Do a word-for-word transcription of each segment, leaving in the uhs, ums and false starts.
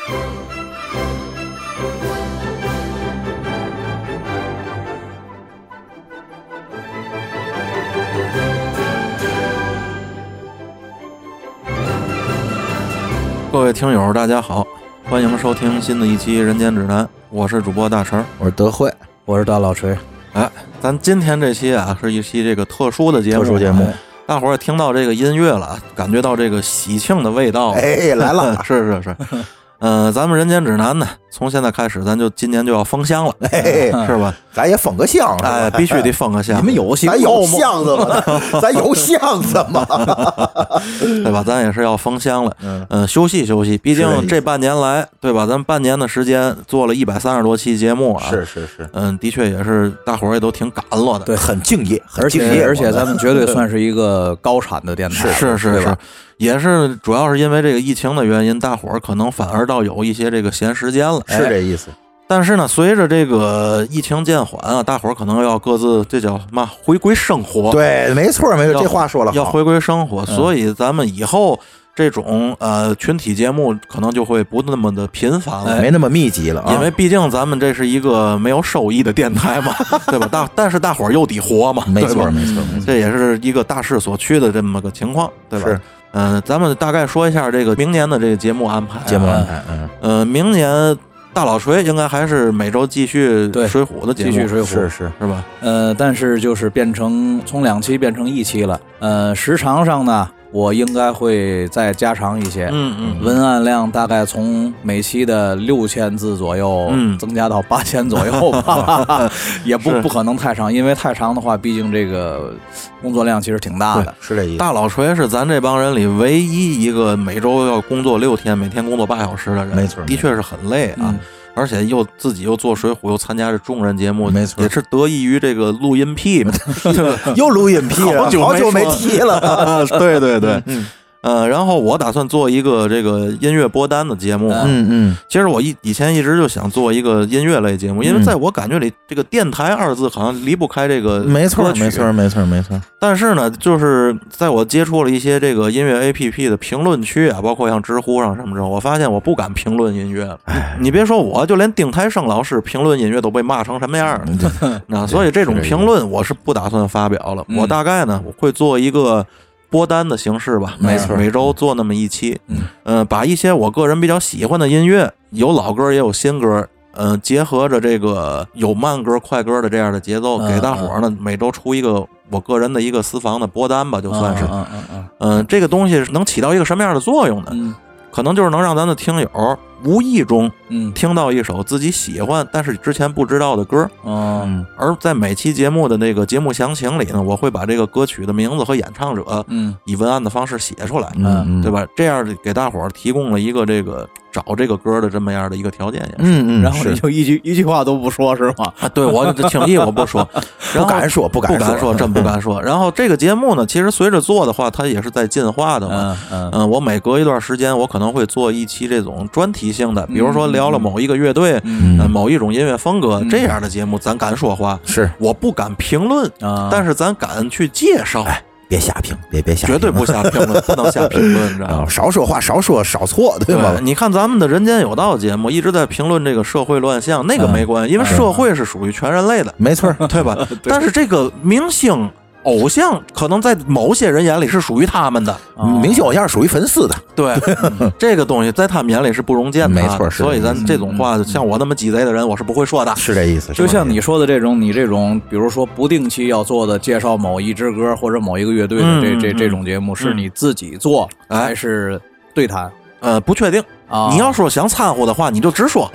各位听友大家好，欢迎收听新的一期人间指南，我是主播大成， 我是德惠， 我是大老锤。 哎，咱今天这期啊是一期这个特殊的节目， 特殊节目， 大伙儿也听到这个音乐了，感觉到这个喜庆的味道， 哎，来了， 是是是。嗯、呃，咱们人间指南呢，从现在开始，咱就今年就要封箱了， 哎， 是吧？ 咱也封个箱， 哎，必须得封个箱。 你们有咱有箱子吗？咱有箱子吗？ 对吧？咱也是要封箱了，嗯、呃，休息休息。毕竟这半年来，对吧？咱半年的时间做了一百三十多期节目啊， 是是是， 嗯，的确也是大伙儿也都挺赶了的， 对，很敬业，很敬业， 而且而且咱们绝对算是一个高产的电台， 是是是是。也是主要是因为这个疫情的原因，大伙儿可能反而倒有一些这个闲时间了， 是这意思。 但是呢，随着这个疫情渐缓啊，大伙儿可能要各自这叫什么回归生活。 对，没错没错，这话说了好， 要回归生活。嗯、所以咱们以后这种呃群体节目可能就会不那么的频繁了， 没那么密集了、啊。 因为毕竟咱们这是一个没有收益的电台嘛，对吧？大但是大伙儿又得活嘛， 没错没错没错， 这也是一个大势所趋的这么个情况，对吧？ 是。 嗯、呃，咱们大概说一下这个明年的这个节目安排、啊。 节目安排，嗯， 呃，明年大老锤应该还是每周继续水浒的节目， 继续水浒是是是吧？ 呃，但是就是变成从两期变成一期了。呃，时长上呢，我应该会再加长一些， 嗯嗯， 文案量大概从每期的六千字左右， 嗯， 增加到八千左右吧，也不不可能太长，因为太长的话，毕竟这个工作量其实挺大的， 是这意思。 大老锤是咱这帮人里唯一一个每周要工作六天，每天工作八小时的人， 没错， 的确是很累啊。嗯，而且又自己又做水浒，又参加这众人节目， 没错， 也是得益于这个录音癖嘛， 又录音癖了， 好久好久没提了。 对对对，嗯。呃，然后我打算做一个这个音乐播单的节目， 嗯嗯， 其实我以以前一直就想做一个音乐类节目，因为在我感觉里，这个电台二字好像离不开这个， 没错没错没错没错。 但是呢，就是在我接触了一些这个音乐 A P P 的评论区啊，包括像知乎上什么之后，我发现我不敢评论音乐了。你别说我，就连丁台生老师评论音乐都被骂成什么样了。那所以这种评论我是不打算发表了。我大概呢，我会做一个播单的形式吧， 没错， 每周做那么一期，嗯，呃，把一些我个人比较喜欢的音乐，有老歌也有新歌，呃，结合着这个有慢歌、快歌的这样的节奏，给大伙儿呢每周出一个我个人的一个私房的播单吧，就算是， 嗯嗯嗯， 呃，这个东西能起到一个什么样的作用呢？嗯，可能就是能让咱的听友无意中嗯听到一首自己喜欢但是之前不知道的歌， 嗯， 而在每期节目的那个节目详情里呢，我会把这个歌曲的名字和演唱者嗯以文案的方式写出来，嗯，对吧？这样给大伙儿提供了一个这个找这个歌的这么样的一个条件， 嗯嗯， 然后你就一句一句话都不说是吗？ 啊，对，我轻易我不说， 不敢说，不敢不敢说，真不敢说。然后这个节目呢，其实随着做的话，它也是在进化的嘛。嗯嗯，我每隔一段时间，我可能会做一期这种专题性的，比如说聊了某一个乐队，嗯，呃、某一种音乐风格、嗯、这样的节目，咱敢说话， 是我不敢评论、嗯，但是咱敢去介绍。 哎，别瞎评，别别瞎评， 绝对不瞎评论，不能瞎评论，你知道吗？ 少说话，少说，少错，对吧？ 你看咱们的人间有道节目一直在评论这个社会乱象，那个没关系，因为社会是属于全人类的， 没错， 对吧？但是这个明星偶像可能在某些人眼里是属于他们的， 明星偶像是属于粉丝的， 对，这个东西在他们眼里是不容见的， 没错。 所以咱这种话，像我那么鸡贼的人，我是不会说的， 是这意思。 就像你说的这种，你这种，比如说不定期要做的介绍某一支歌或者某一个乐队的这这这种节目，是你自己做还是对谈？ 呃，不确定。啊、你要说想掺和的话，你就直说，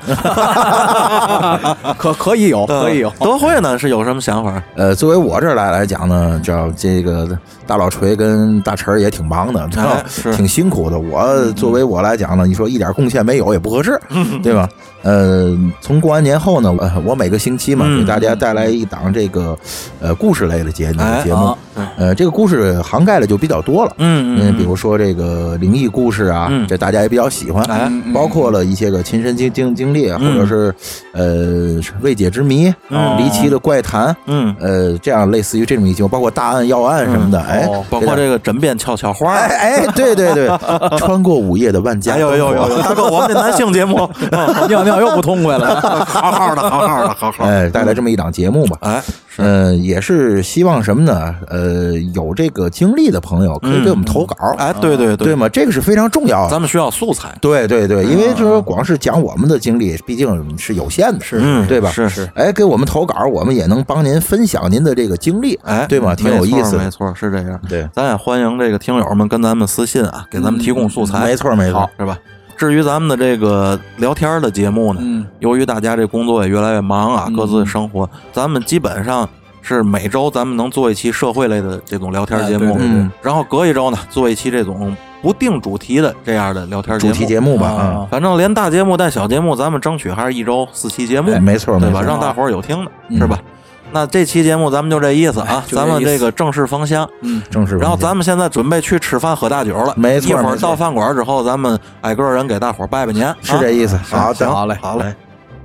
可可以有，可以有。 德惠呢是有什么想法？ 呃，作为我这儿来来讲呢，叫这个大老锤跟大陈也挺忙的， 哎、 挺辛苦的。我作为我来讲呢，你说一点贡献没有也不合适，嗯、对吧？呃，从过完年后呢，呃，我每个星期嘛，嗯、给大家带来一档这个呃故事类的节节目，哎、呃，这个故事涵盖的就比较多了， 嗯嗯， 比如说这个灵异故事啊，嗯、这大家也比较喜欢。 哎哎， 包括了一些个亲身经经经历，或者是呃未解之谜、离奇的怪谈，嗯，呃，这样类似于这种一节目，包括大案要案什么的，哎， 包括这个枕边悄悄话， 哎哎，对对对，穿过午夜的万家， 有有有有，大哥，我们这男性节目尿尿又不痛快了， 好好的好好的好好， 哎，带来这么一档节目吧， 哎。 嗯、呃，也是希望什么呢？呃，有这个经历的朋友可以给我们投稿。 嗯、哎，对对对， 对吗？这个是非常重要的。 咱们需要素材。 对对对，因为就是光是讲我们的经历，毕竟是有限的， 是、嗯、 对吧？ 是是。 哎，给我们投稿，我们也能帮您分享您的这个经历， 哎， 对吗？挺有意思的。 没错，是这样。 对， 咱也欢迎这个听友们跟咱们私信啊，给咱们提供素材。 嗯、没错没错， 是吧？至于咱们的这个聊天的节目呢，嗯，由于大家这工作也越来越忙啊，各自的生活，嗯、咱们基本上。是每周咱们能做一期社会类的这种聊天节目， 哎、嗯， 然后隔一周呢做一期这种不定主题的这样的聊天节目， 主题节目吧， 啊、嗯，反正连大节目带小节目，咱们争取还是一周四期节目， 哎、没错， 对吧？让大伙儿有听的，嗯、是吧？那这期节目咱们就这意思啊， 哎、 咱们这个正式封箱， 嗯，正式。 然后咱们现在准备去吃饭喝大酒了， 没错。 一会儿到饭馆之后，咱们挨个人给大伙儿拜拜年， 是这意思。 啊、 好的， 好嘞， 好嘞。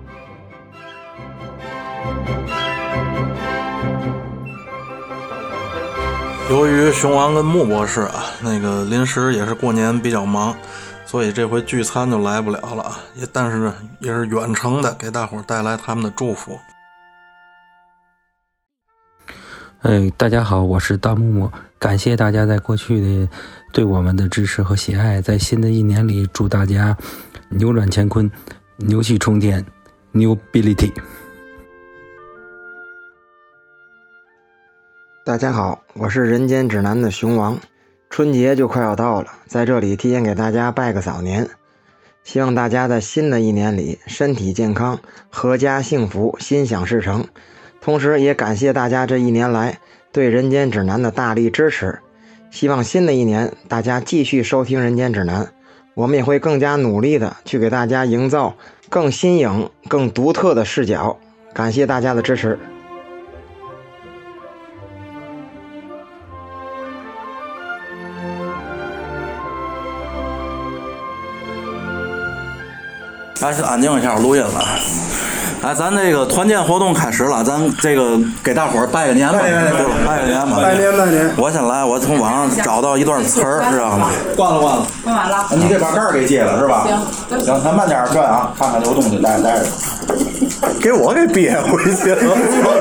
由于熊王跟穆博士啊，那个临时也是过年比较忙，所以这回聚餐就来不了了啊。也但是呢，也是远程的给大伙儿带来他们的祝福。 哎，大家好，我是大木木，感谢大家在过去的对我们的支持和喜爱，在新的一年里，祝大家扭转乾坤，牛气冲天 ，New Ability。 大家好，我是人间指南的熊王。春节就快要到了，在这里提前给大家拜个早年，希望大家在新的一年里身体健康，阖家幸福，心想事成。同时也感谢大家这一年来对人间指南的大力支持，希望新的一年大家继续收听人间指南，我们也会更加努力的去给大家营造更新颖更独特的视角，感谢大家的支持。 还是安静一下，录音了。哎，咱这个团建活动开始了，咱这个给大伙儿拜个年吧，对吧？拜个年吧， 拜年拜年。 我先来，我从网上找到一段词儿，知道吗？ 关了关了， 关完了。 你给把盖儿给揭了是吧？ 行， 行，咱慢点转啊，看看有东西来来着。 给我给憋回去了。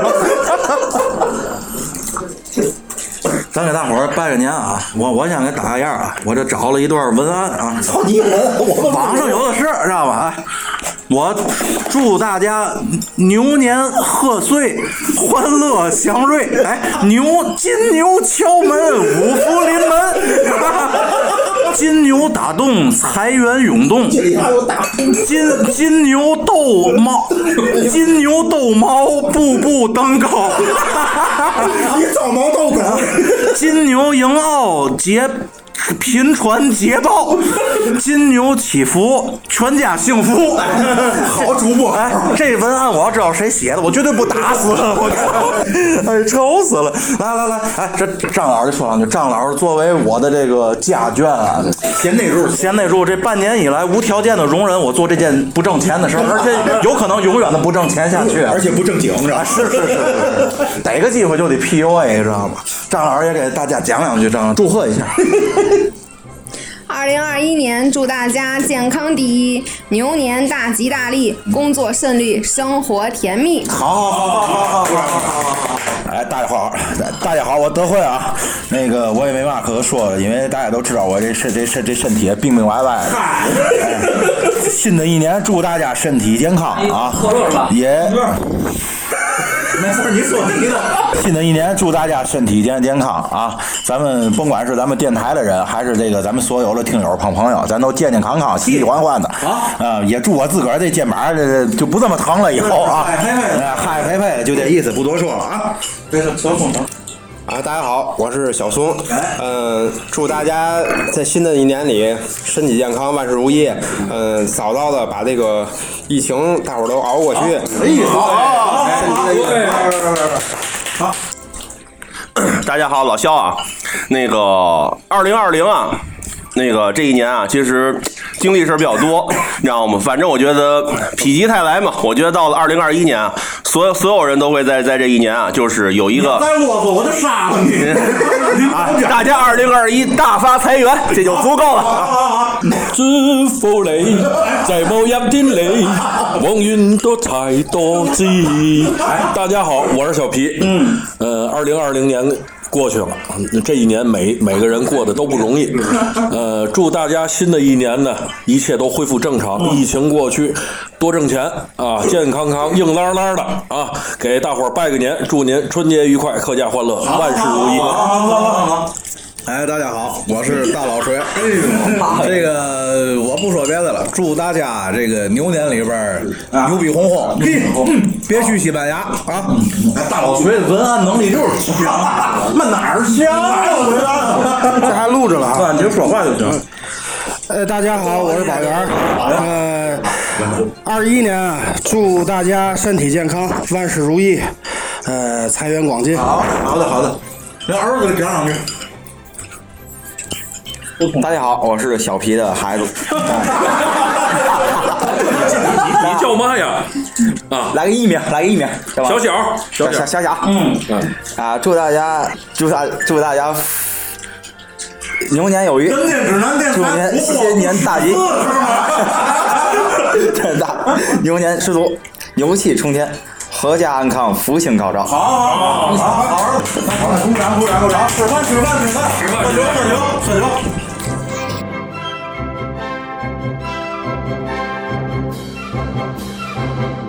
咱给大伙儿拜个年啊！我我先给打个样啊！我这找了一段文案啊， 操你文，我网上有的是，知道吧？哎，我祝大家牛年贺岁，欢乐祥瑞！哎，牛金牛敲门，五福临门，金牛打洞，财源涌动。金金牛斗猫，金牛斗猫，步步登高。 你找毛豆狗。 金牛迎奥，捷频传捷报，金牛祈福，全家幸福。 好主播， 哎，这文案我要知道谁写的，我绝对不打死了，我靠，哎，愁死了。来来来，哎，这张老师就说两句。张老师作为我的这个家眷啊， 贤内助， 贤内助，这半年以来无条件的容忍我做这件不挣钱的事儿，而且有可能永远的不挣钱下去， 而且不正经，是吧？ 是是是是，逮个机会就得 P U A， 知道吧？张老师也给大家讲两句，张老师祝贺一下。 二零二一年，祝大家健康第一，牛年大吉大利，工作顺利，生活甜蜜。 好好好好好好好好好！哎，大家好，大家好，我德惠啊。那个我也没嘛可说了，因为大家都知道我这身这身这身体病病歪歪的。哎，新的一年祝大家身体健康啊！也。没事，你说你的。新的一年，祝大家身体健健康啊！咱们甭管是咱们电台的人，还是这个咱们所有的听友朋朋友，咱都健健康康、喜喜欢欢的啊！啊，也祝我自个儿这肩膀这就不这么疼了，以后啊，嗨嗨呸呸，就这意思，不多说了啊。 这是小松。 啊，大家好，我是小松。嗯、呃，祝大家在新的一年里身体健康，万事如意。嗯、呃，早早的把这个疫情大伙儿都熬过去。 哎，好，好， 好。 大家好，老肖啊，那个二零二零啊。那个这一年啊，其实经历事比较多，你知道吗？反正我觉得否极泰来嘛。我觉得到了二零二一年啊，所有所有人都会在在这一年啊，就是有一个再啰嗦我就杀了你啊！大家二零二一大发财源，这就足够了。 祝福你，在某一天里，往遠多才多姿。大家好，我是小皮。嗯，呃，二零二零年过去了，这一年每每个人过得都不容易。呃，祝大家新的一年呢，一切都恢复正常，疫情过去，多挣钱啊，健健康康、硬朗朗的啊！给大伙儿拜个年，祝您春节愉快，阖家欢乐，万事如意。 哎，大家好，我是大老锤。这个我不说别的了，祝大家这个牛年里边牛逼哄哄，别去西班牙啊！ 大老锤的文案能力就是强，那哪儿强啊？ 这还录着了啊！ 你就说话就行。 呃，大家好，我是宝源。呃，二一年啊，祝大家身体健康，万事如意，呃，财源广进。 好，好的，好的。让儿子讲两句。 大家好，我是小皮的孩子。 你叫嘛呀？啊， 来个艺名，来个艺名， 小小， 小小小小， 嗯嗯啊，祝大家，祝大祝大家牛年有余，祝年新年大吉，大牛年十足，牛气冲天。阖家安康，福星高照。 好好好好好好，好了，鼓掌鼓掌鼓掌，吃饭吃饭吃饭，喝酒喝酒喝酒。 Thank you.